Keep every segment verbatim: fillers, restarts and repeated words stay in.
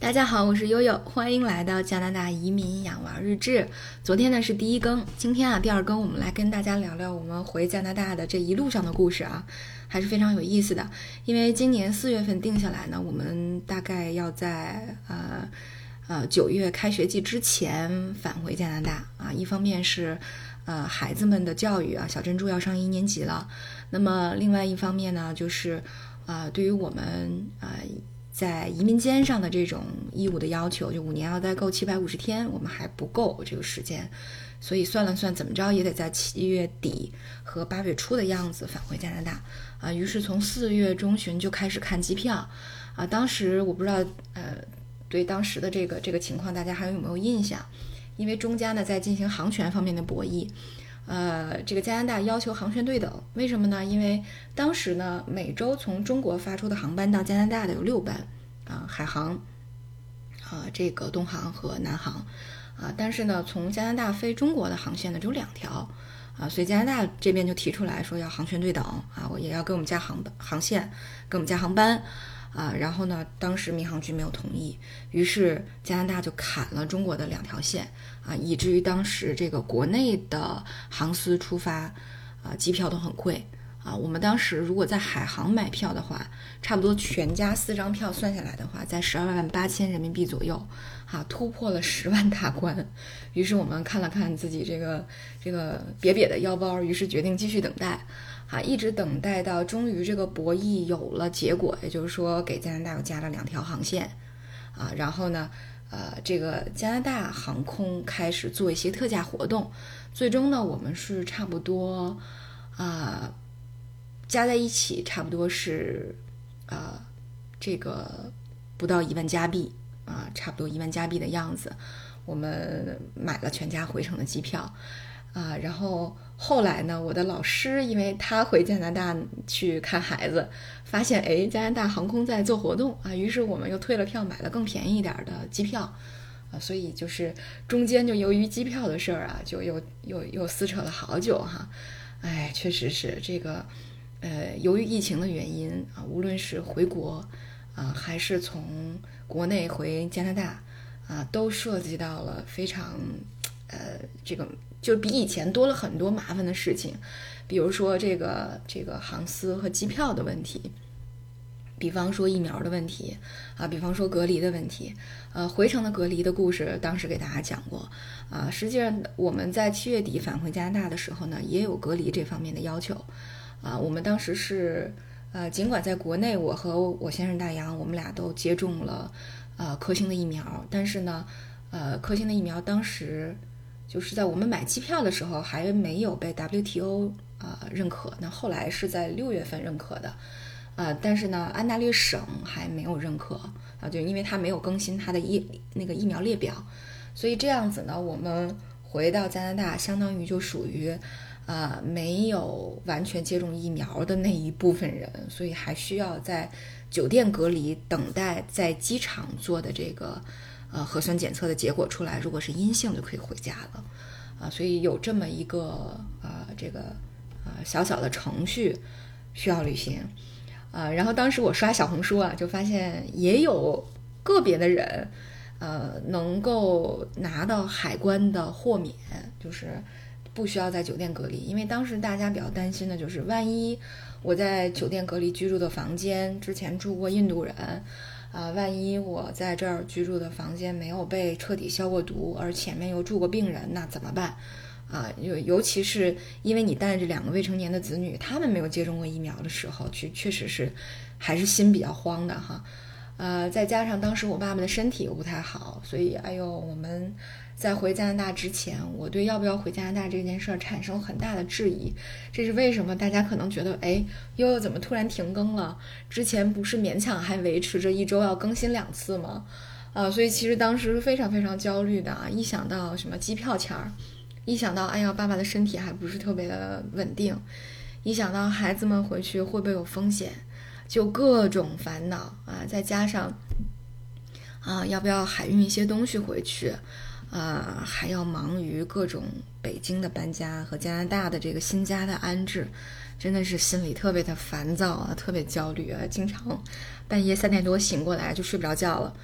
大家好，我是悠悠，欢迎来到加拿大移民养娃日志。昨天呢是第一更，今天啊第二更，我们来跟大家聊聊我们回加拿大的这一路上的故事啊，还是非常有意思的。因为今年四月份定下来呢，我们大概要在呃呃九月开学季之前返回加拿大啊。一方面是呃孩子们的教育啊，小珍珠要上一年级了。那么另外一方面呢，就是呃对于我们呃。在移民监上的这种义务的要求，就五年要待够七百五十天，我们还不够这个时间，所以算了算，怎么着也得在七月底和八月初的样子返回加拿大啊。于是从四月中旬就开始看机票啊。当时我不知道，呃，对当时的这个这个情况，大家还有没有印象？因为中加呢在进行航权方面的博弈。呃，这个加拿大要求航权对等，为什么呢？因为当时呢，每周从中国发出的航班到加拿大的有六班，啊，海航，啊，这个东航和南航，啊，但是呢，从加拿大飞中国的航线呢只有两条，啊，所以加拿大这边就提出来说要航权对等，啊，我也要给我们加航航线，给我们加航班。啊，然后呢，当时民航局没有同意，于是加拿大就砍了中国的两条线啊，以至于当时这个国内的航司出发啊，机票都很贵啊。我们当时如果在海航买票的话，差不多全家四张票算下来的话，在十二万八千人民币左右，啊，突破了十万大关。于是我们看了看自己这个这个瘪瘪的腰包，于是决定继续等待。啊，一直等待到终于这个博弈有了结果，也就是说给加拿大又加了两条航线，啊，然后呢，呃，这个加拿大航空开始做一些特价活动，最终呢，我们是差不多，啊，加在一起差不多是，啊，这个不到一万加币，啊，差不多一万加币的样子，我们买了全家回程的机票。啊，然后后来呢，我的老师因为他回加拿大去看孩子，发现哎，加拿大航空在做活动啊，于是我们又退了票，买了更便宜一点的机票，啊，所以就是中间就由于机票的事儿啊，就又又又撕扯了好久哈，哎，确实是这个，呃，由于疫情的原因啊，无论是回国啊，还是从国内回加拿大啊，都涉及到了非常。呃，这个就比以前多了很多麻烦的事情，比如说这个这个航司和机票的问题，比方说疫苗的问题啊，比方说隔离的问题。呃，回程的隔离的故事当时给大家讲过啊。实际上我们在七月底返回加拿大的时候呢，也有隔离这方面的要求啊。我们当时是呃，尽管在国内我和我先生大洋我们俩都接种了呃科兴的疫苗，但是呢，呃，科兴的疫苗当时。就是在我们买机票的时候还没有被 W T O 啊、呃、认可，那后来是在六月份认可的，呃，但是呢，安大略省还没有认可啊，就因为它没有更新它的疫那个疫苗列表，所以这样子呢，我们回到加拿大，相当于就属于啊、呃、没有完全接种疫苗的那一部分人，所以还需要在酒店隔离，等待在机场做的这个。呃，核酸检测的结果出来，如果是阴性就可以回家了，啊，所以有这么一个呃这个呃小小的程序需要履行，啊，然后当时我刷小红书啊，就发现也有个别的人，呃，能够拿到海关的豁免，就是不需要在酒店隔离，因为当时大家比较担心的就是，万一我在酒店隔离居住的房间之前住过印度人。啊，万一我在这儿居住的房间没有被彻底消过毒，而前面又住过病人，那怎么办？啊，尤尤其是因为你带着两个未成年的子女，他们没有接种过疫苗的时候，确确实是还是心比较慌的哈。呃，再加上当时我爸爸的身体又不太好，所以哎呦，我们在回加拿大之前，我对要不要回加拿大这件事儿产生很大的质疑。这是为什么？大家可能觉得，哎，悠悠怎么突然停更了？之前不是勉强还维持着一周要更新两次吗？啊，所以其实当时非常非常焦虑的啊！一想到什么机票钱儿，一想到哎呀爸爸的身体还不是特别的稳定，一想到孩子们回去会不会有风险。就各种烦恼啊，再加上啊，要不要海运一些东西回去啊，还要忙于各种北京的搬家和加拿大的这个新家的安置，真的是心里特别的烦躁啊，特别焦虑啊，经常半夜三点多醒过来就睡不着觉了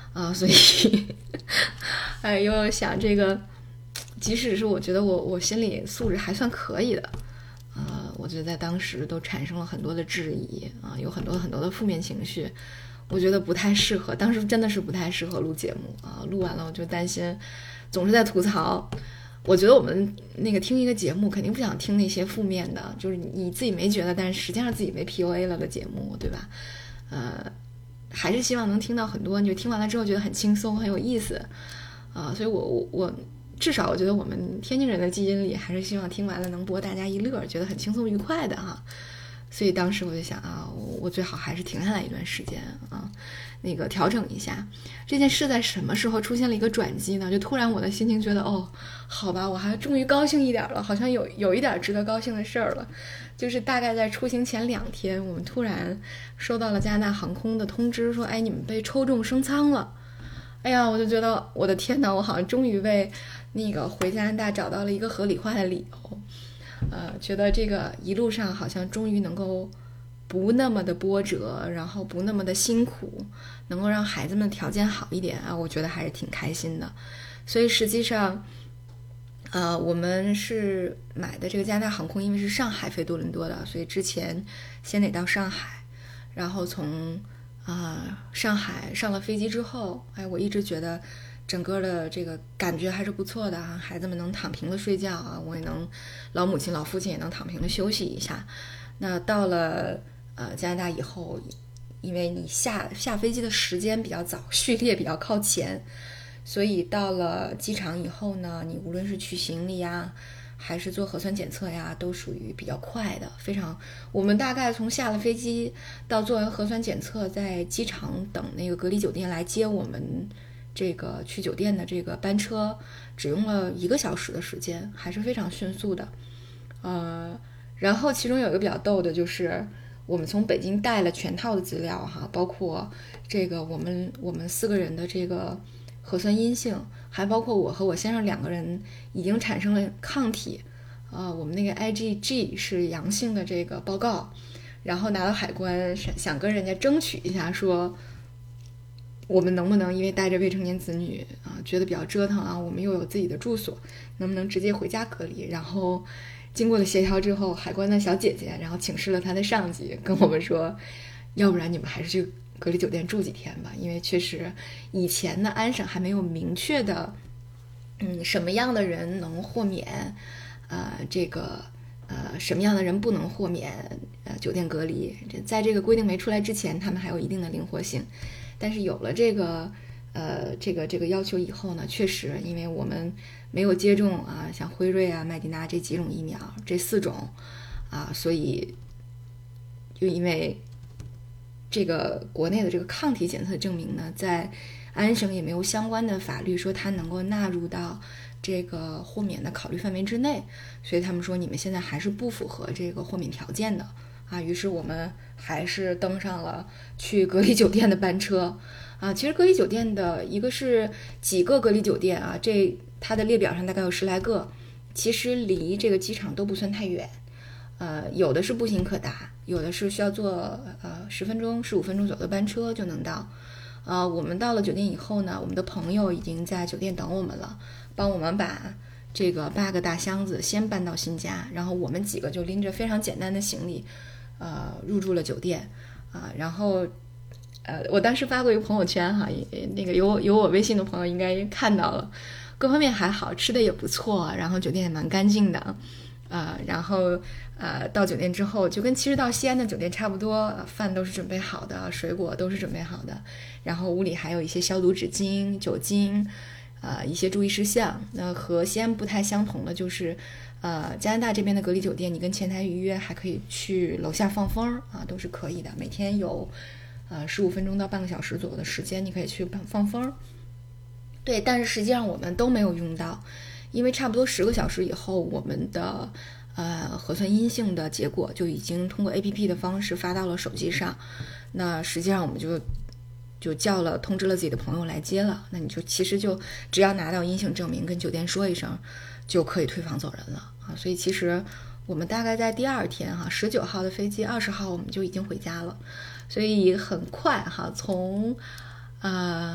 啊，所以哎，又想这个，即使是我觉得我我心理素质还算可以的，呃，我觉得在当时都产生了很多的质疑啊，有很多很多的负面情绪，我觉得不太适合，当时真的是不太适合录节目啊，录完了我就担心，总是在吐槽。我觉得我们那个听一个节目，肯定不想听那些负面的，就是你自己没觉得，但是实际上自己被 P U A 了的节目，对吧？呃，还是希望能听到很多，你就听完了之后觉得很轻松、很有意思啊、呃。所以我我我至少我觉得我们天津人的基因里，还是希望听完了能博大家一乐，觉得很轻松愉快的哈。所以当时我就想啊，我我最好还是停下来一段时间啊，那个调整一下。这件事在什么时候出现了一个转机呢？就突然我的心情觉得，哦，好吧，我还终于高兴一点了，好像有有一点值得高兴的事儿了。就是大概在出行前两天，我们突然收到了加拿大航空的通知，说，哎，你们被抽中升舱了。哎呀，我就觉得我的天哪，我好像终于为那个回加拿大找到了一个合理化的理由。呃，觉得这个一路上好像终于能够不那么的波折，然后不那么的辛苦，能够让孩子们条件好一点啊，我觉得还是挺开心的。所以实际上，呃，我们是买的这个加拿大航空，因为是上海飞多伦多的，所以之前先得到上海，然后从啊、呃、上海上了飞机之后，哎，我一直觉得整个的这个感觉还是不错的啊，孩子们能躺平的睡觉啊，我也能，老母亲老父亲也能躺平的休息一下。那到了呃加拿大以后，因为你下下飞机的时间比较早，序列比较靠前，所以到了机场以后呢，你无论是取行李呀，还是做核酸检测呀，都属于比较快的，非常。我们大概从下了飞机到做完核酸检测，在机场等那个隔离酒店来接我们。这个去酒店的这个班车只用了一个小时的时间，还是非常迅速的。呃，然后其中有一个比较逗的就是，我们从北京带了全套的资料哈，包括这个我们我们四个人的这个核酸阴性，还包括我和我先生两个人已经产生了抗体，呃，我们那个 I G G 是阳性的这个报告，然后拿到海关想跟人家争取一下说。我们能不能因为带着未成年子女啊，觉得比较折腾啊，我们又有自己的住所，能不能直接回家隔离？然后经过了协调之后，海关的小姐姐然后请示了她的上级，跟我们说，要不然你们还是去隔离酒店住几天吧，因为确实以前的安省还没有明确的，嗯，什么样的人能豁免，呃，这个呃什么样的人不能豁免呃酒店隔离，在这个规定没出来之前，他们还有一定的灵活性。但是有了这个，呃，这个这个要求以后呢，确实，因为我们没有接种啊，像辉瑞啊、麦迪娜这几种疫苗，这四种，啊，所以就因为这个国内的这个抗体检测证明呢，在安省也没有相关的法律说它能够纳入到这个豁免的考虑范围之内，所以他们说你们现在还是不符合这个豁免条件的。啊，于是我们还是登上了去隔离酒店的班车啊。其实隔离酒店的一个是几个隔离酒店啊，这它的列表上大概有十来个，其实离这个机场都不算太远，呃，有的是步行可达，有的是需要坐呃十分钟、十五分钟左右的班车就能到。呃，我们到了酒店以后呢，我们的朋友已经在酒店等我们了，帮我们把这个八个大箱子先搬到新家，然后我们几个就拎着非常简单的行李。呃，入住了酒店，啊，然后，呃，我当时发过一个朋友圈哈，那个有有我微信的朋友应该看到了，各方面还好，吃的也不错，然后酒店也蛮干净的，呃，然后呃到酒店之后就跟其实到西安的酒店差不多，饭都是准备好的，水果都是准备好的，然后屋里还有一些消毒纸巾、酒精，呃，一些注意事项。那和西安不太相同的就是。呃，加拿大这边的隔离酒店，你跟前台预约还可以去楼下放风啊，都是可以的。每天有呃十五分钟到半个小时左右的时间，你可以去放风。对，但是实际上我们都没有用到，因为差不多十个小时以后，我们的呃核酸阴性的结果就已经通过 A P P 的方式发到了手机上。那实际上我们就就叫了通知了自己的朋友来接了。那你就其实就只要拿到阴性证明，跟酒店说一声。就可以退房走人了啊！所以其实我们大概在第二天哈，十九号的飞机，二十号我们就已经回家了，所以很快哈，从呃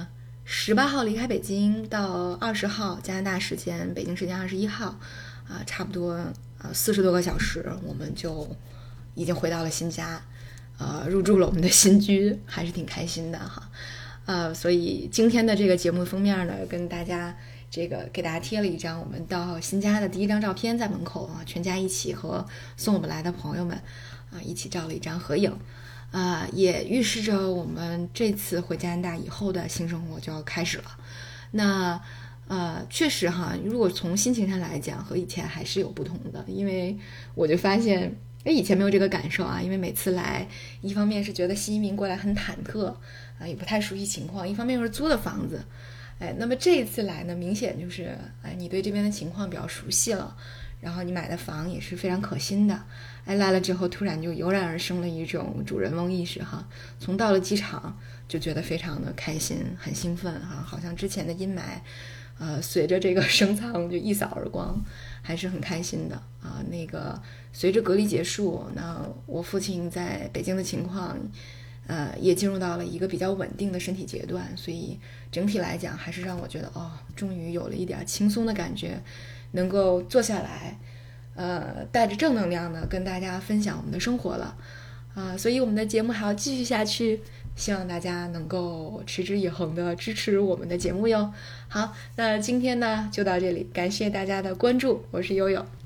十八号离开北京，到二十号加拿大时间，北京时间二十一号，啊、呃，差不多呃四十多个小时，我们就已经回到了新家，呃，入住了我们的新居，还是挺开心的哈。呃，所以今天的这个节目封面呢，跟大家这个给大家贴了一张我们到新家的第一张照片，在门口啊，全家一起和送我们来的朋友们啊一起照了一张合影。啊、呃，也预示着我们这次回加拿大以后的新生活就要开始了。那呃，确实哈，如果从心情上来讲，和以前还是有不同的，因为我就发现，哎，以前没有这个感受啊，因为每次来，一方面是觉得新移民过来很忐忑啊、呃，也不太熟悉情况；一方面又是租的房子，哎，那么这一次来呢，明显就是，哎，你对这边的情况比较熟悉了。然后你买的房也是非常可心的，哎，来了之后突然就油然而生了一种主人翁意识哈，从到了机场就觉得非常的开心，很兴奋哈，好像之前的阴霾，呃，随着这个升舱就一扫而光，还是很开心的啊。那个随着隔离结束，那我父亲在北京的情况，呃，也进入到了一个比较稳定的身体阶段，所以整体来讲还是让我觉得哦，终于有了一点轻松的感觉。能够坐下来，呃，带着正能量的跟大家分享我们的生活了，啊、呃，所以我们的节目还要继续下去，希望大家能够持之以恒的支持我们的节目哟。好，那今天呢就到这里，感谢大家的关注，我是悠悠。